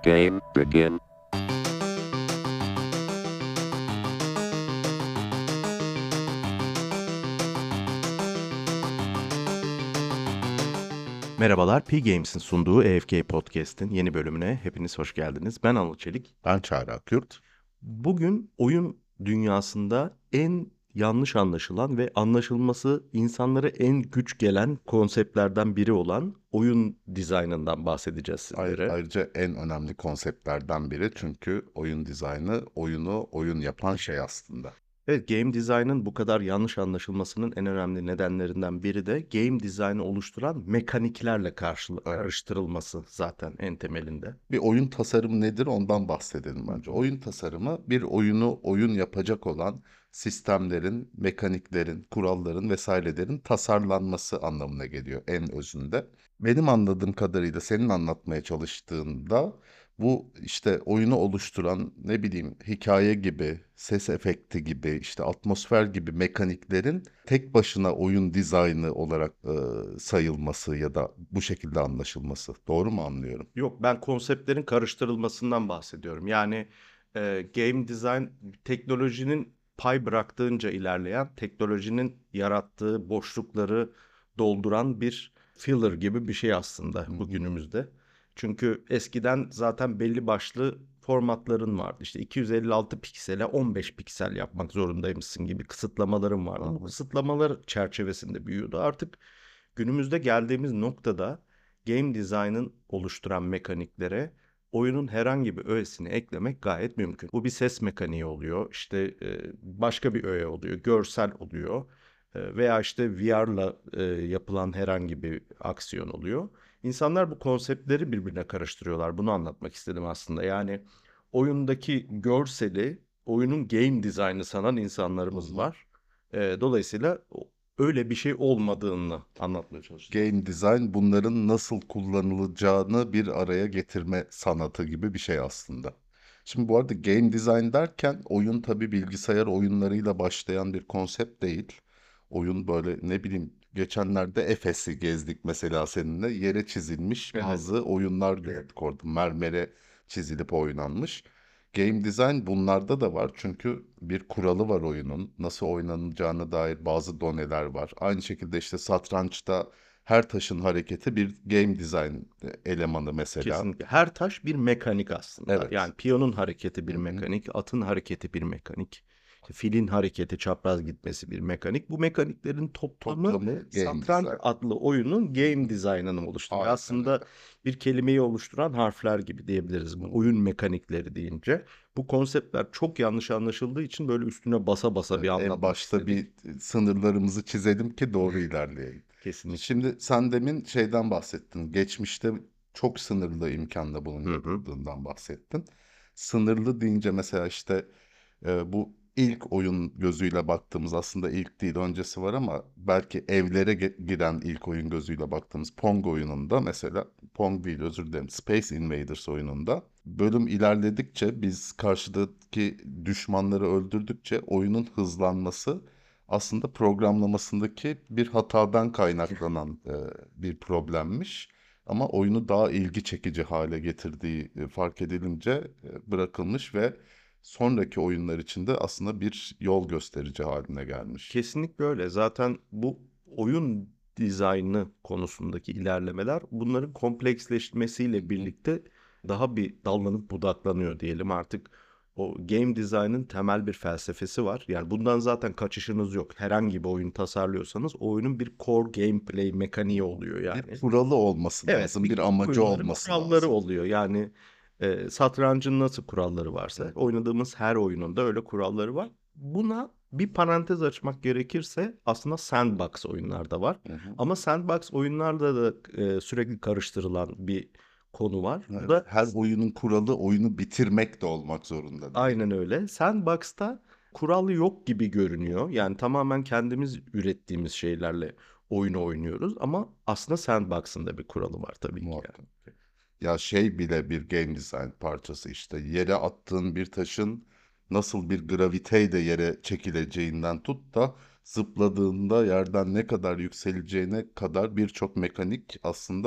Game begin. Merhabalar, P-Games'in sunduğu EFK Podcast'in yeni bölümüne hepiniz hoş geldiniz. Ben Anıl Çelik. Ben Çağrı Akyurt. Bugün oyun dünyasında en yanlış anlaşılan ve anlaşılması insanlara en güç gelen konseptlerden biri olan oyun dizaynından bahsedeceğiz sizlere. Ayrıca en önemli konseptlerden biri, çünkü oyun dizaynı oyunu oyun yapan şey aslında. Evet, game design'ın bu kadar yanlış anlaşılmasının en önemli nedenlerinden biri de game design'ı oluşturan mekaniklerle karıştırılması zaten en temelinde. Bir oyun tasarımı nedir, ondan bahsedelim bence. Oyun tasarımı, bir oyunu oyun yapacak olan sistemlerin, mekaniklerin, kuralların vesairelerin tasarlanması anlamına geliyor en özünde. Benim anladığım kadarıyla senin anlatmaya çalıştığında bu işte oyunu oluşturan, ne bileyim, hikaye gibi, ses efekti gibi, işte atmosfer gibi mekaniklerin tek başına oyun dizaynı olarak sayılması ya da bu şekilde anlaşılması. Doğru mu anlıyorum? Yok, ben konseptlerin karıştırılmasından bahsediyorum. Yani game design teknolojinin pay bıraktığınca ilerleyen, teknolojinin yarattığı boşlukları dolduran bir filler gibi bir şey aslında Hı hı. bugünümüzde. Çünkü eskiden zaten belli başlı formatların vardı. İşte 256 piksele 15 piksel yapmak zorundaymışsın gibi kısıtlamaların vardı. Bu kısıtlamalar çerçevesinde büyüyordu. Artık günümüzde geldiğimiz noktada game design'ın oluşturan mekaniklere oyunun herhangi bir öğesini eklemek gayet mümkün. Bu bir ses mekaniği oluyor, işte başka bir öğe oluyor, görsel oluyor veya işte VR'la yapılan herhangi bir aksiyon oluyor. İnsanlar bu konseptleri birbirine karıştırıyorlar. Bunu anlatmak istedim aslında. Yani oyundaki görseli oyunun game design'ı sanan insanlarımız var. Dolayısıyla öyle bir şey olmadığını anlatmaya çalıştım. Game design bunların nasıl kullanılacağını bir araya getirme sanatı gibi bir şey aslında. Şimdi bu arada game design derken oyun tabii bilgisayar oyunlarıyla başlayan bir konsept değil. Oyun böyle, ne bileyim, geçenlerde Efes'i gezdik mesela seninle. Yere çizilmiş Evet. bazı oyunlar gördük orada. Mermere çizilip oynanmış. Game design bunlarda da var, çünkü bir kuralı var oyunun. Nasıl oynanacağına dair bazı doneler var. Aynı şekilde işte satrançta her taşın hareketi bir game design elemanı mesela. Kesinlikle. Her taş bir mekanik aslında. Evet. Yani piyonun hareketi bir Hı hı. mekanik, atın hareketi bir mekanik, işte filin hareketi, çapraz gitmesi bir mekanik. Bu mekaniklerin toplamı Toplamı game Satranç design. adlı oyunun game design'ını oluşturuyor. Aynen Aslında öyle. bir kelimeyi oluşturan harfler gibi diyebiliriz bu oyun mekanikleri deyince. Bu konseptler çok yanlış anlaşıldığı için böyle üstüne basa basa bir Evet, en anlatmak başta bir istedik. sınırlarımızı çizelim ki doğru ilerleyelim. Kesinlikle. Şimdi sen demin şeyden bahsettin. Geçmişte çok sınırlı imkanla bunun Hı hı. yapıldığından bahsettin. Sınırlı deyince mesela işte bu ilk oyun gözüyle baktığımız, aslında ilk değil öncesi var ama belki evlere giren ilk oyun gözüyle baktığımız Pong oyununda, mesela Pong değil, özür dilerim, Space Invaders oyununda bölüm ilerledikçe, biz karşıdaki düşmanları öldürdükçe oyunun hızlanması aslında programlamasındaki bir hatadan kaynaklanan bir problemmiş. Ama oyunu daha ilgi çekici hale getirdiği fark edilince bırakılmış ve sonraki oyunlar için de aslında bir yol gösterici haline gelmiş. Kesinlikle öyle. Zaten bu oyun dizaynı konusundaki ilerlemeler bunların kompleksleşmesiyle birlikte daha bir dallanıp budaklanıyor diyelim. Artık o game design'ın temel bir felsefesi var. Yani bundan zaten kaçışınız yok. Herhangi bir oyun tasarlıyorsanız o oyunun bir core gameplay mekaniği oluyor yani. Bir kuralı olması Evet, lazım, bir bir amacı oyunların olması kuralları lazım. oluyor. Yani satrancın nasıl kuralları varsa oynadığımız her oyunun da öyle kuralları var. Buna bir parantez açmak gerekirse aslında sandbox oyunlar da var. Hı hı. Ama sandbox oyunlarda da sürekli karıştırılan bir konu var. Bu Evet, da her oyunun kuralı oyunu bitirmek de olmak zorunda değil. aynen öyle. Sandbox'ta kural yok gibi görünüyor. Yani tamamen kendimiz ürettiğimiz şeylerle oyunu oynuyoruz. Ama aslında sandbox'ın da bir kuralı var tabii ki yani. Muhakkak. Ya şey bile bir game design parçası, işte yere attığın bir taşın nasıl bir graviteyle yere çekileceğinden tut da zıpladığında yerden ne kadar yükseleceğine kadar birçok mekanik aslında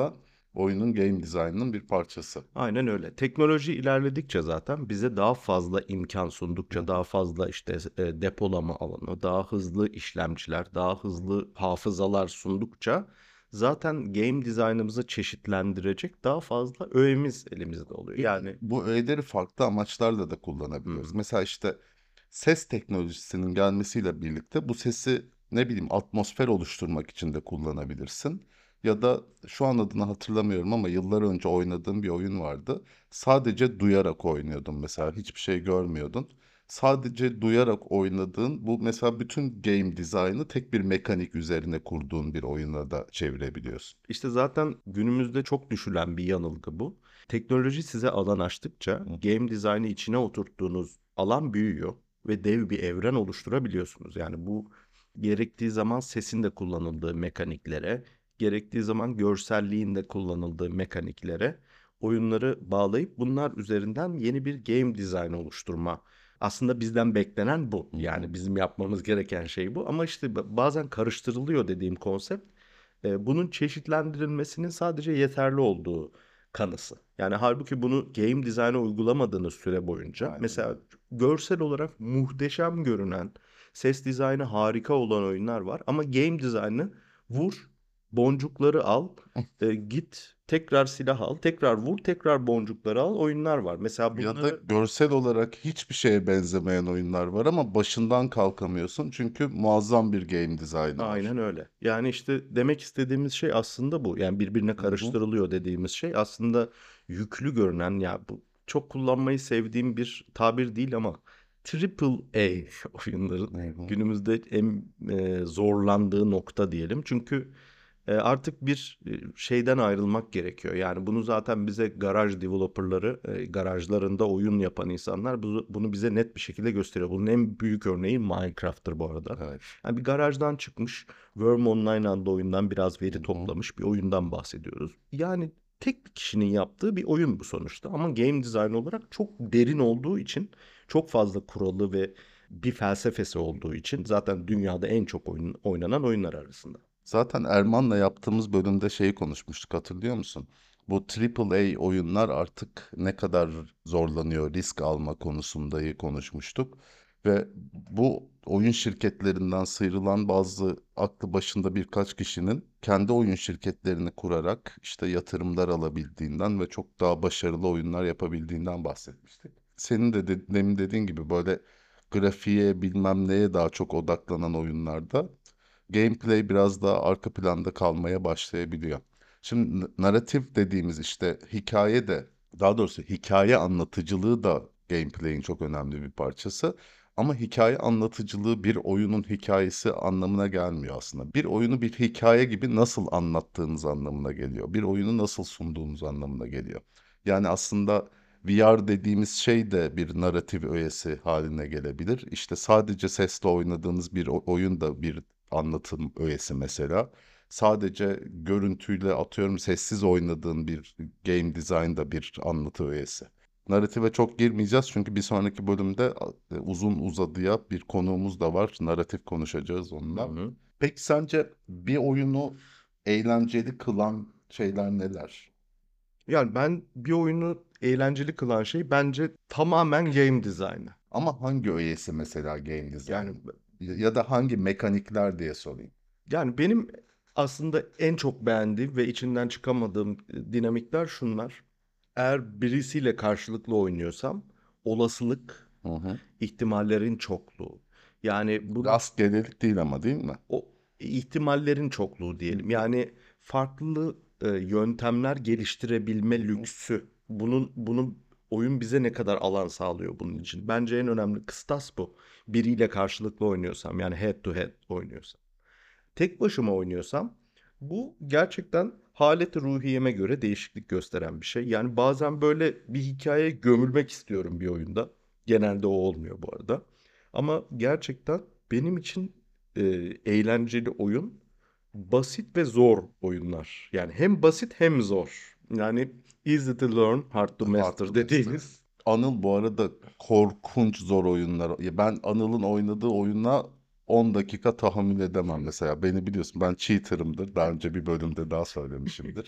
oyunun game design'ının bir parçası. Aynen öyle. Teknoloji ilerledikçe zaten bize daha fazla imkan sundukça, daha fazla işte depolama alanı, daha hızlı işlemciler, daha hızlı hafızalar sundukça zaten game dizaynımızı çeşitlendirecek daha fazla öğemiz elimizde oluyor. Yani Bu öğeleri farklı amaçlarla da hı kullanabiliyoruz. hı. Mesela işte ses teknolojisinin gelmesiyle birlikte bu sesi ne bileyim atmosfer oluşturmak için de kullanabilirsin. Ya da şu an adını hatırlamıyorum ama yıllar önce oynadığım bir oyun vardı. Sadece duyarak oynuyordun mesela hiçbir şey görmüyordun. Sadece duyarak oynadığın bu mesela bütün game dizaynı tek bir mekanik üzerine kurduğun bir oyuna da çevirebiliyorsun. İşte zaten günümüzde çok düşülen bir yanılgı bu. Teknoloji size alan açtıkça Hı. game dizaynı içine oturttuğunuz alan büyüyor ve dev bir evren oluşturabiliyorsunuz. Yani bu gerektiği zaman sesin de kullanıldığı mekaniklere, gerektiği zaman görselliğin de kullanıldığı mekaniklere oyunları bağlayıp bunlar üzerinden yeni bir game design oluşturma. Aslında bizden beklenen bu. Hı hı. Yani bizim yapmamız gereken şey bu. Ama işte bazen karıştırılıyor dediğim konsept bunun çeşitlendirilmesinin sadece yeterli olduğu kanısı. Yani halbuki bunu game design'a uygulamadığınız süre boyunca Aynen mesela öyle. görsel olarak muhteşem görünen, ses dizaynı harika olan oyunlar var ama game design'ı vur, boncukları al, git tekrar silah al, tekrar vur, tekrar boncukları al oyunlar var. Mesela Ya da bunları görsel olarak hiçbir şeye benzemeyen oyunlar var ama başından kalkamıyorsun çünkü muazzam bir game dizaynı var. aynen öyle. Yani işte demek istediğimiz şey aslında bu. Yani birbirine Hı hı. karıştırılıyor dediğimiz şey aslında yüklü görünen ya bu çok kullanmayı sevdiğim bir tabir değil ama triple A oyunların Hı hı. günümüzde en zorlandığı nokta diyelim. Çünkü artık bir şeyden ayrılmak gerekiyor. Yani bunu zaten bize garaj developerları, garajlarında oyun yapan insanlar bunu bize net bir şekilde gösteriyor. Bunun en büyük örneği Minecraft'tır bu arada. Evet. Yani bir garajdan çıkmış, Worm Online adlı oyundan biraz Hı veri hı. toplamış bir oyundan bahsediyoruz. Yani tek bir kişinin yaptığı bir oyun bu sonuçta. Ama game design olarak çok derin olduğu için, çok fazla kuralı ve bir felsefesi olduğu için zaten dünyada en çok oynanan oyunlar arasında. Zaten Erman'la yaptığımız bölümde şeyi konuşmuştuk hatırlıyor musun? Bu AAA oyunlar artık ne kadar zorlanıyor risk alma konusunda konuşmuştuk. Ve bu oyun şirketlerinden sıyrılan bazı aklı başında birkaç kişinin kendi oyun şirketlerini kurarak işte yatırımlar alabildiğinden ve çok daha başarılı oyunlar yapabildiğinden bahsetmiştik. Senin de, demin dediğin gibi böyle grafiğe bilmem neye daha çok odaklanan oyunlarda gameplay biraz daha arka planda kalmaya başlayabiliyor. Şimdi narratif dediğimiz işte hikaye de daha doğrusu hikaye anlatıcılığı da gameplay'in çok önemli bir parçası. Ama hikaye anlatıcılığı bir oyunun hikayesi anlamına gelmiyor aslında. Bir oyunu bir hikaye gibi nasıl anlattığınız anlamına geliyor. Bir oyunu nasıl sunduğunuz anlamına geliyor. Yani aslında VR dediğimiz şey de bir narratif öğesi haline gelebilir. İşte sadece sesle oynadığınız bir oyun da bir anlatım öğesi mesela. Sadece görüntüyle atıyorum sessiz oynadığın bir game design da bir anlatı öğesi. Narrative çok girmeyeceğiz çünkü bir sonraki bölümde uzun uzadıya bir konuğumuz da var. Narratif konuşacağız Hı onunla. hı. Peki sence bir oyunu eğlenceli kılan şeyler neler? Yani ben bir oyunu eğlenceli kılan şey bence tamamen game design'ı. Ama hangi öğesi mesela game Yani design'ın? Ya da hangi mekanikler diye sorayım. benim aslında en çok beğendiğim ve içinden çıkamadığım dinamikler şunlar. Eğer birisiyle karşılıklı oynuyorsam olasılık, Hı hı. ihtimallerin çokluğu. Yani bunun Rastgelelik değil ama değil mi? o ihtimallerin çokluğu Hı diyelim. hı. Yani farklı yöntemler geliştirebilme Hı hı. lüksü. Bunun oyun bize ne kadar alan sağlıyor bunun için. Bence en önemli kıstas bu. Biriyle karşılıklı oynuyorsam yani head to head oynuyorsam. Tek başıma oynuyorsam bu gerçekten haleti ruhiyeme göre değişiklik gösteren bir şey. Yani bazen böyle bir hikayeye gömülmek istiyorum bir oyunda. Genelde o olmuyor bu arada. Ama gerçekten benim için e, eğlenceli oyun basit ve zor oyunlar. Yani hem basit hem zor. Yani easy to learn, hard to Hard master to Master. dediğimiz. Anıl bu arada korkunç zor oyunlar. Ya ben Anıl'ın oynadığı oyuna 10 dakika tahammül edemem mesela. Beni biliyorsun ben cheater'ımdır. Daha önce bir bölümde daha söylemişimdir.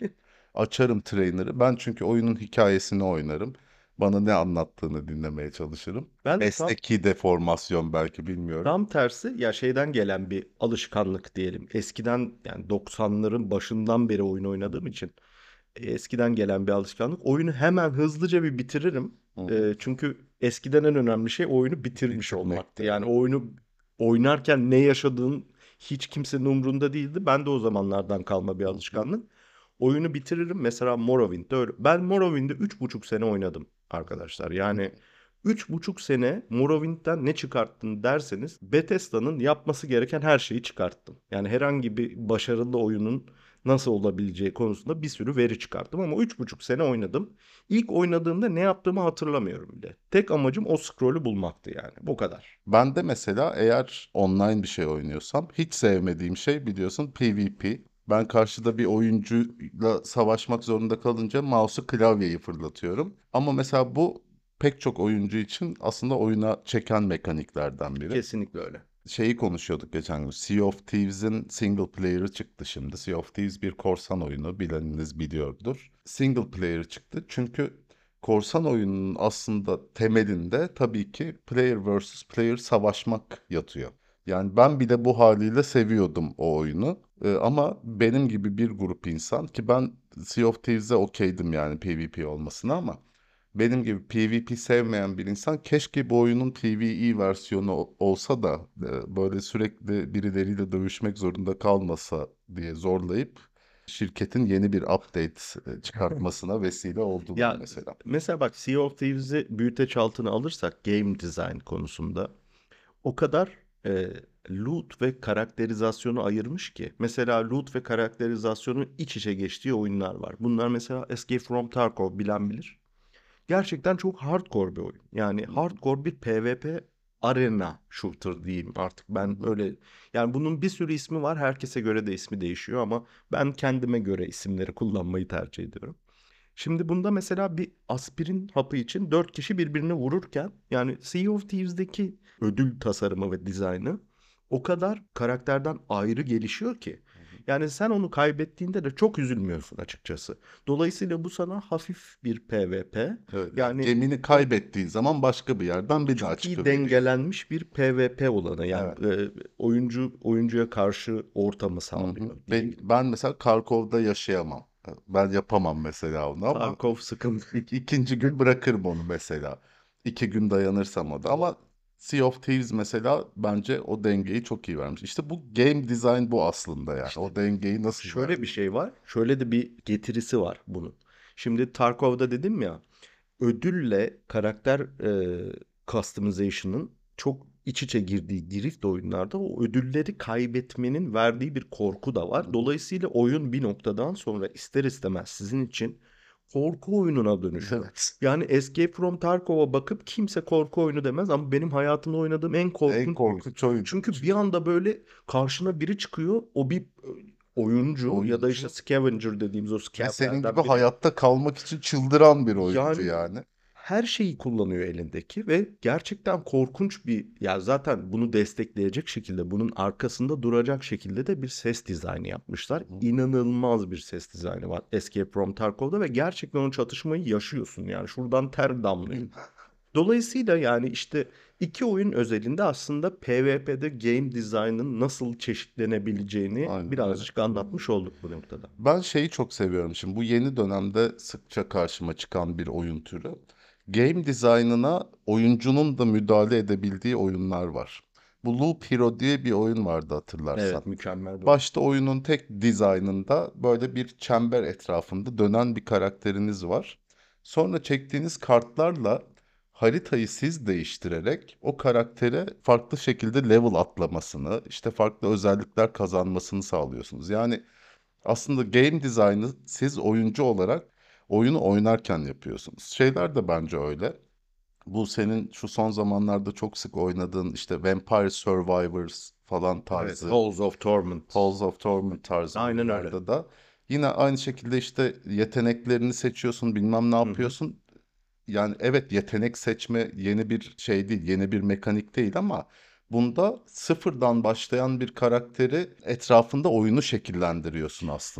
Açarım trainer'ı. Ben çünkü oyunun hikayesini oynarım. Bana ne anlattığını dinlemeye çalışırım. Ben de Mesleki deformasyon belki, bilmiyorum. tam tersi ya, şeyden gelen bir alışkanlık diyelim. Eskiden yani 90'ların başından beri oyun oynadığım için eskiden gelen bir alışkanlık. Oyunu hemen hızlıca bir bitiririm. Hı hı. Çünkü eskiden en önemli şey oyunu bitirmiş olmaktı. Bitirmekte. Yani oyunu oynarken ne yaşadığın hiç kimsenin umrunda değildi. Ben de o zamanlardan kalma bir Hı hı. alışkanlık. Oyunu bitiririm. Mesela Morrowind'de öyle. Ben Morrowind'de 3,5 sene oynadım arkadaşlar. Yani 3,5 sene Morrowind'den ne çıkarttın derseniz Bethesda'nın yapması gereken her şeyi çıkarttım. Yani herhangi bir başarılı oyunun nasıl olabileceği konusunda bir sürü veri çıkarttım ama 3,5 sene oynadım. İlk oynadığımda ne yaptığımı hatırlamıyorum bile. Tek amacım o scroll'ü bulmaktı yani. Bu kadar. Ben de mesela eğer online bir şey oynuyorsam hiç sevmediğim şey, biliyorsun, PvP. Ben karşıda bir oyuncuyla savaşmak zorunda kalınca mouse'u, klavyeyi fırlatıyorum. Ama mesela bu pek çok oyuncu için aslında oyuna çeken mekaniklerden biri. Kesinlikle öyle. Şeyi konuşuyorduk geçen gün. Sea of Thieves'in single player'ı çıktı şimdi. Sea of Thieves bir korsan oyunu, bileniniz biliyordur. Single player çıktı çünkü korsan oyunun aslında temelinde tabii ki player versus player savaşmak yatıyor. Yani ben bile bu haliyle seviyordum o oyunu. Ama benim gibi bir grup insan, ki ben Sea of Thieves'e okeydim yani PvP olmasına, ama benim gibi PvP sevmeyen bir insan keşke bu oyunun PvE versiyonu olsa da böyle sürekli birileriyle dövüşmek zorunda kalmasa diye zorlayıp şirketin yeni bir update çıkartmasına vesile oldular Ya mesela. mesela bak, Sea of Thieves'i büyüteç altına alırsak game design konusunda o kadar e, loot ve karakterizasyonu ayırmış ki. Mesela loot ve karakterizasyonun iç içe geçtiği oyunlar var. Bunlar mesela Escape from Tarkov, bilen bilir. Gerçekten çok hardcore bir oyun. Yani Hı hı, hardcore bir PvP arena shooter diyeyim artık. hı Ben hı. öyle, yani bunun bir sürü ismi var. Herkese göre de ismi değişiyor ama ben kendime göre isimleri kullanmayı tercih ediyorum. Şimdi bunda mesela bir aspirin hapı için 4 kişi birbirini vururken, yani Sea of Thieves'deki ödül tasarımı ve dizaynı o kadar karakterden ayrı gelişiyor ki. Yani sen onu kaybettiğinde de çok üzülmüyorsun açıkçası. Dolayısıyla bu sana hafif bir PvP. Evet, yani Yani gemini kaybettiğin zaman başka bir yerden bir daha çok iyi çıkabiliyor. dengelenmiş bir PvP olanı. Yani Evet. oyuncuya karşı ortamı Hı hı. sağlıyor Ben, diyebilirim. ben mesela Karkov'da yaşayamam. Ben yapamam mesela onu, ama Tarkov sıkıntı. ikinci gün bırakırım onu mesela. 2 gün dayanırsam o da. Ama Sea of Thieves mesela bence o dengeyi çok iyi vermiş. İşte bu game design bu aslında yani. İşte O dengeyi nasıl şöyle bir verdi? şey var. Şöyle de bir getirisi var bunun. Şimdi Tarkov'da dedim ya, ödülle karakter customization'ın çok iç içe girdiği girift oyunlarda o ödülleri kaybetmenin verdiği bir korku da Hı var. hı. Dolayısıyla oyun bir noktadan sonra ister istemez sizin için korku oyununa dönüşüyor. Evet. Yani Escape from Tarkov'a bakıp kimse korku oyunu demez ama benim hayatımda oynadığım en En korkunç oyun. korkunç oyun. Çünkü bir anda böyle karşına biri çıkıyor. O bir oyuncu ya da işte Oyuncu. scavenger dediğimiz o Ve senin gibi scavlerden biri. hayatta kalmak için çıldıran bir oyuncu Yani yani. her şeyi kullanıyor elindeki ve gerçekten korkunç bir, ya zaten bunu destekleyecek şekilde, bunun arkasında duracak şekilde de bir ses dizaynı yapmışlar. Hı hı. İnanılmaz bir ses dizaynı var Escape from Tarkov'da ve gerçekten o çatışmayı yaşıyorsun. Yani şuradan ter damlıyor. Dolayısıyla yani işte iki oyun özelinde aslında PvP'de game design'ın nasıl çeşitlenebileceğini Aynen öyle. birazcık anlatmış olduk bu noktada. Ben şeyi çok seviyorum şimdi. Bu yeni dönemde sıkça karşıma çıkan bir oyun türü. Game design'ına oyuncunun da müdahale edebildiği oyunlar var. Bu Loop Hero diye bir oyun vardı, hatırlarsan. Evet, mükemmel bir oyun. Başta oyunun tek dizaynında böyle bir çember etrafında dönen bir karakteriniz var. Sonra çektiğiniz kartlarla haritayı siz değiştirerek o karaktere farklı şekilde level atlamasını, işte farklı özellikler kazanmasını sağlıyorsunuz. Yani aslında game design'ı siz oyuncu olarak oyunu oynarken yapıyorsunuz. Şeyler de bence öyle. Bu senin şu son zamanlarda çok sık oynadığın işte Vampire Survivors falan Evet, tarzı, Halls of Torment. Halls of Torment tarzı Aynen öyle. oyunlarda da yine aynı şekilde işte yeteneklerini seçiyorsun, bilmem ne Hı hı. yapıyorsun. Yani evet, yetenek seçme yeni bir şey değil, yeni bir mekanik değil, ama bunda sıfırdan başlayan bir karakteri etrafında oyunu şekillendiriyorsun aslında.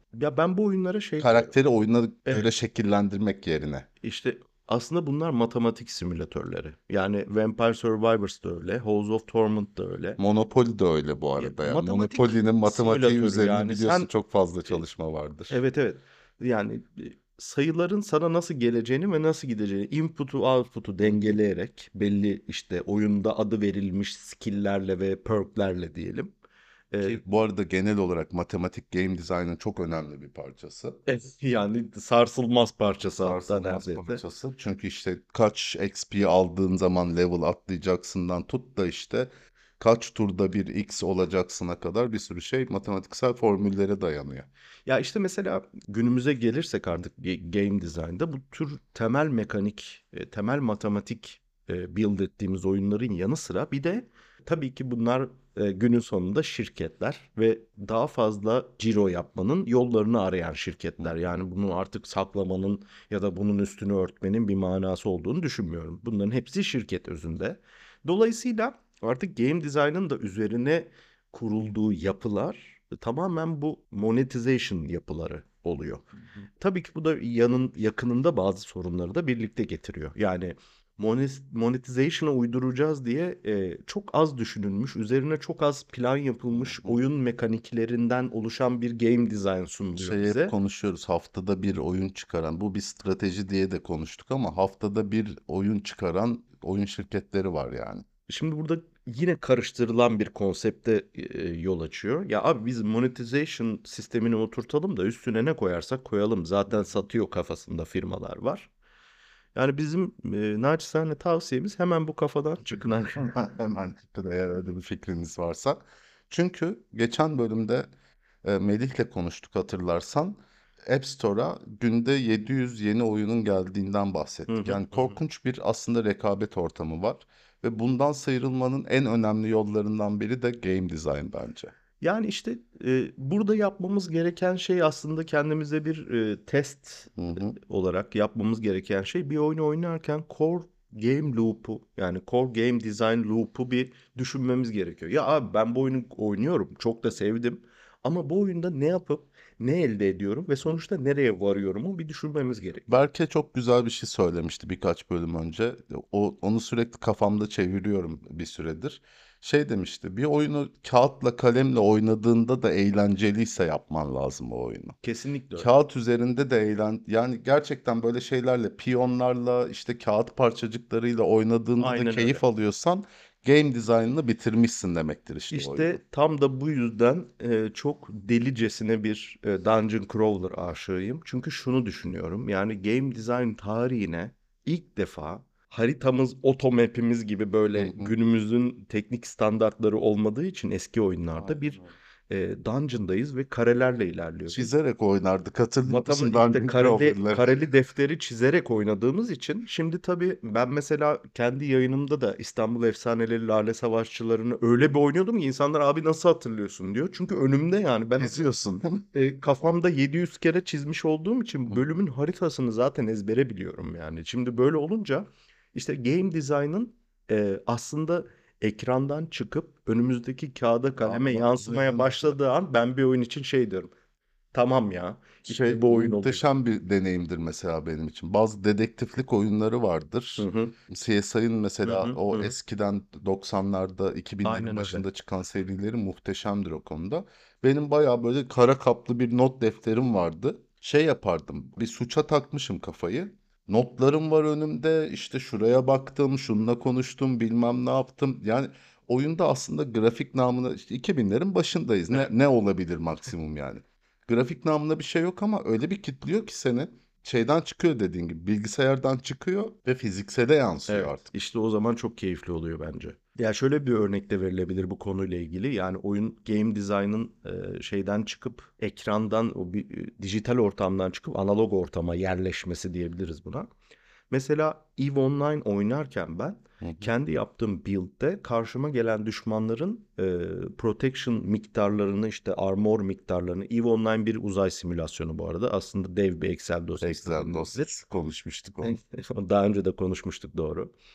Ya ben bu oyunlara şey diyorum. Karakteri oyuna Evet, göre şekillendirmek yerine. işte aslında bunlar matematik simülatörleri. Yani Vampire Survivors da öyle, Halls of Torment da öyle. Monopoly de öyle bu Ya, arada yani. matematik Monopoly'nin matematiği simülatörü üzerine yani biliyorsun sen çok fazla e, çalışma vardır. evet evet yani sayıların sana nasıl geleceğini ve nasıl gideceğini input'u output'u dengeleyerek belli işte oyunda adı verilmiş skill'lerle ve perk'lerle diyelim. E, Ki bu arada genel olarak matematik game design'ın çok önemli bir parçası. Yani sarsılmaz parçası hatta Sarsılmaz neredeyse. parçası. Çünkü işte kaç XP aldığın zaman level atlayacaksından tut da işte kaç turda bir X olacaksına kadar bir sürü şey matematiksel formüllere dayanıyor. Ya işte mesela günümüze gelirsek artık game design'da bu tür temel mekanik, temel matematik build ettiğimiz oyunların yanı sıra bir de tabii ki bunlar günün sonunda şirketler ve daha fazla ciro yapmanın yollarını arayan şirketler. Yani bunu artık saklamanın ya da bunun üstünü örtmenin bir manası olduğunu düşünmüyorum. Bunların hepsi şirket özünde. Dolayısıyla artık game design'ın da üzerine kurulduğu yapılar tamamen bu monetization yapıları oluyor. Tabii ki bu da yakınında bazı sorunları da birlikte getiriyor. Yani monetization'a uyduracağız diye çok az düşünülmüş, üzerine çok az plan yapılmış oyun mekaniklerinden oluşan bir game design sunuluyor Şey hep bize. konuşuyoruz, haftada bir oyun çıkaran, bu bir strateji diye de konuştuk ama haftada bir oyun çıkaran oyun şirketleri var yani. Şimdi burada yine karıştırılan bir konsepte yol açıyor. Ya abi biz monetization sistemini oturtalım da üstüne ne koyarsak koyalım. Zaten satıyor kafasında firmalar var. Yani bizim naçizane tavsiyemiz hemen bu kafadan çıkın. Hemen çıktı eğer öyle bir fikriniz varsa. Çünkü geçen bölümde Melih'le konuştuk hatırlarsan. App Store'a günde 700 yeni oyunun geldiğinden Hı bahsettik. hı, Yani hı hı. korkunç bir aslında rekabet ortamı var. Ve bundan sıyrılmanın en önemli yollarından biri de game design bence. Yani işte burada yapmamız gereken şey aslında kendimize bir test Hı hı. olarak yapmamız gereken şey bir oyunu oynarken core game loop'u yani core game design loop'u bir düşünmemiz gerekiyor. Ya abi ben bu oyunu oynuyorum çok da sevdim ama bu oyunda ne yapıp ne elde ediyorum ve sonuçta nereye varıyorumu bir düşünmemiz gerekiyor. Berke çok güzel bir şey söylemişti birkaç bölüm önce. Onu sürekli kafamda çeviriyorum bir süredir. Şey demişti, bir oyunu kağıtla kalemle oynadığında da eğlenceliyse yapman lazım o oyunu. Kesinlikle öyle. Kağıt üzerinde de yani gerçekten böyle şeylerle, piyonlarla, işte kağıt parçacıklarıyla oynadığında da Aynen öyle. keyif alıyorsan game design'ını bitirmişsin demektir işte o oyunun. İşte tam da bu yüzden çok delicesine bir Dungeon Crawler aşığıyım. Çünkü şunu düşünüyorum. Yani game design tarihine ilk defa haritamız, otomap'imiz gibi Hı böyle hı. günümüzün teknik standartları olmadığı için eski oyunlarda Aynen bir öyle. dungeon'dayız ve karelerle ilerliyoruz. Çizerek oynardık hatırlıyor musun İşte Dungeon Crawler'ları? kareli defteri çizerek oynadığımız için şimdi tabii ben mesela kendi yayınımda da İstanbul Efsaneleri Lale Savaşçılarını öyle bir oynuyordum ki insanlar abi nasıl hatırlıyorsun diyor. Çünkü önümde yani ben Geziyorsun değil mi? kafamda 700 kere çizmiş olduğum için bölümün haritasını zaten ezbere biliyorum yani. Şimdi böyle olunca işte game design'ın aslında ekrandan çıkıp önümüzdeki kağıda kaleme yansımaya başladığı an ben bir oyun için şey diyorum. Tamam ya. Şey İşte bu oyun oluyor. muhteşem bir deneyimdir mesela benim için. Bazı dedektiflik oyunları Hı vardır. hı. CSI'ın Hı mesela hı. Hı o hı. eskiden 90'larda 2000'lerin Aynen öyle. başında çıkan serileri muhteşemdir o konuda. Benim bayağı böyle kara kaplı bir not defterim vardı. Şey yapardım. Bir suça takmışım kafayı. Notlarım var önümde. İşte şuraya baktım, şununla konuştum, bilmem ne yaptım. Yani oyunda aslında grafik namına işte 2000'lerin başındayız. Ne Evet. ne olabilir maksimum yani? Grafik namında bir şey yok ama öyle bir kitliyor ki seni şeyden çıkıyor dediğin gibi bilgisayardan çıkıyor ve fiziksele yansıyor Evet. artık. İşte o zaman çok keyifli oluyor bence. Ya şöyle bir örnek de verilebilir bu konuyla ilgili. Yani oyun game design'ın şeyden çıkıp ekrandan o bir dijital ortamdan çıkıp analog ortama yerleşmesi diyebiliriz buna. Mesela EVE Online oynarken ben Hı hı. kendi yaptığım build'de karşıma gelen düşmanların protection miktarlarını işte armor miktarlarını EVE Online bir uzay simülasyonu bu arada. Aslında dev bir Excel dosyası Excel dinlenebilir. dosyası konuşmuştuk onu. Daha önce de konuşmuştuk doğru.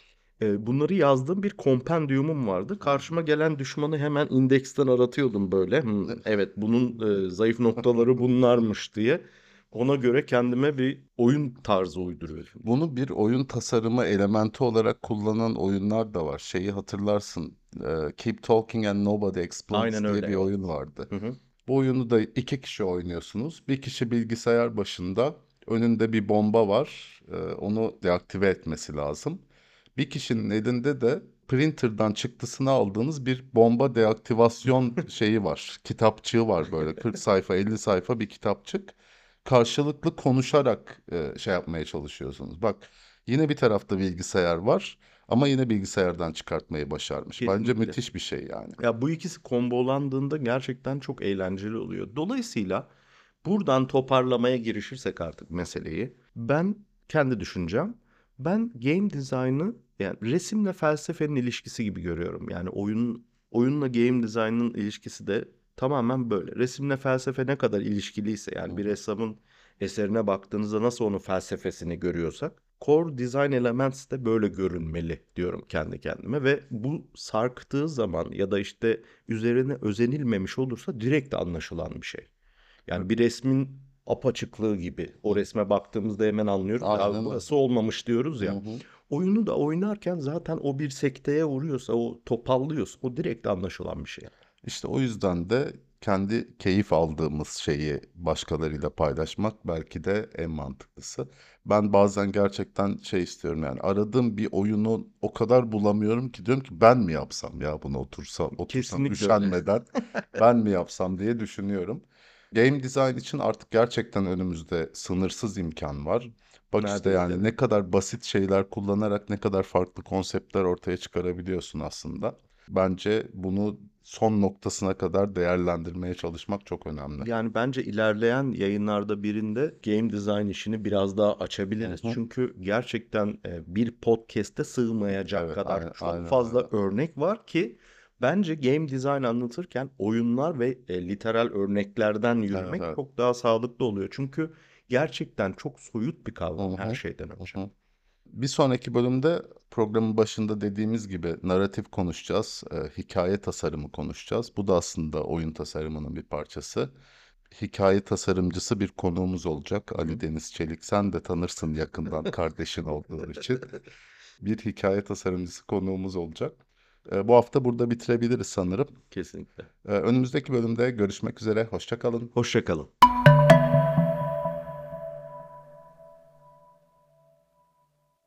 Bunları yazdığım bir kompendiyumum vardı. Karşıma gelen düşmanı hemen indeksten aratıyordum böyle. Evet, bunun zayıf noktaları bunlarmış diye. Ona göre kendime bir oyun tarzı uyduruyordum. Bunu bir oyun tasarımı elementi olarak kullanan oyunlar da var. Şeyi hatırlarsın. Keep Talking and Nobody Aynen Explodes diye öyle, bir evet. oyun vardı. Hı hı. Bu oyunu da iki kişi oynuyorsunuz. Bir kişi bilgisayar başında, önünde bir bomba var. Onu deaktive etmesi lazım. Bir kişinin elinde de printer'dan çıktısını aldığınız bir bomba deaktivasyon şeyi var. Kitapçığı var böyle 40 sayfa 50 sayfa bir kitapçık. Karşılıklı konuşarak şey yapmaya çalışıyorsunuz. Bak, yine bir tarafta bilgisayar var ama yine bilgisayardan çıkartmayı başarmış. Bence Kesinlikle. müthiş bir şey yani. Ya bu ikisi kombolandığında gerçekten çok eğlenceli oluyor. Dolayısıyla buradan toparlamaya girişirsek artık meseleyi, ben kendi düşüncem, ben game design'ı yani resimle felsefenin ilişkisi gibi görüyorum. Yani oyunla game design'ın ilişkisi de tamamen böyle. Resimle felsefe ne kadar ilişkiliyse, Hı yani bir hı. ressamın eserine baktığınızda nasıl onun felsefesini görüyorsak, core design elements de böyle görünmeli diyorum kendi kendime. Ve bu sarktığı zaman ya da işte üzerine özenilmemiş olursa direkt anlaşılan bir şey. Yani bir resmin apaçıklığı gibi. O resme baktığımızda hemen anlıyoruz. Abi Aynen öyle. burası olmamış diyoruz Hı ya. hı. Oyunu da oynarken zaten o bir sekteye uğruyorsa, o topallıyorsa, o direkt anlaşılan bir şey. İşte o yüzden de kendi keyif aldığımız şeyi başkalarıyla paylaşmak belki de en mantıklısı. Ben bazen gerçekten şey istiyorum, yani aradığım bir oyunu o kadar bulamıyorum ki diyorum ki ben mi yapsam ya bunu, otursam Kesinlikle öyle. üşenmeden ben mi yapsam diye düşünüyorum. Game design için artık gerçekten önümüzde sınırsız imkan var. Bak işte, Neredeyse. yani ne kadar basit şeyler kullanarak ne kadar farklı konseptler ortaya çıkarabiliyorsun aslında. Bence bunu son noktasına kadar değerlendirmeye çalışmak çok önemli. Yani bence ilerleyen yayınlarda birinde game design işini biraz daha Hı açabiliriz. hı. Çünkü gerçekten bir podcast'e sığmayacak Evet, kadar aynen, çok aynen fazla öyle. örnek var ki bence game design anlatırken oyunlar ve literal örneklerden Evet, yürümek evet. çok daha sağlıklı oluyor. Çünkü gerçekten çok soyut bir Hı kavram her hı, şeyden hı önce. hı. Bir sonraki bölümde programın başında dediğimiz gibi narratif konuşacağız, hikaye tasarımı konuşacağız. Bu da aslında oyun tasarımının bir parçası. Hikaye tasarımcısı bir konuğumuz olacak. Hı hı. Ali Deniz Çelik. Sen de tanırsın yakından, kardeşin olduğu için. Bir hikaye tasarımcısı konuğumuz olacak. Bu hafta burada bitirebiliriz sanırım. Kesinlikle. Önümüzdeki bölümde görüşmek üzere. Hoşça kalın. Hoşça kalın.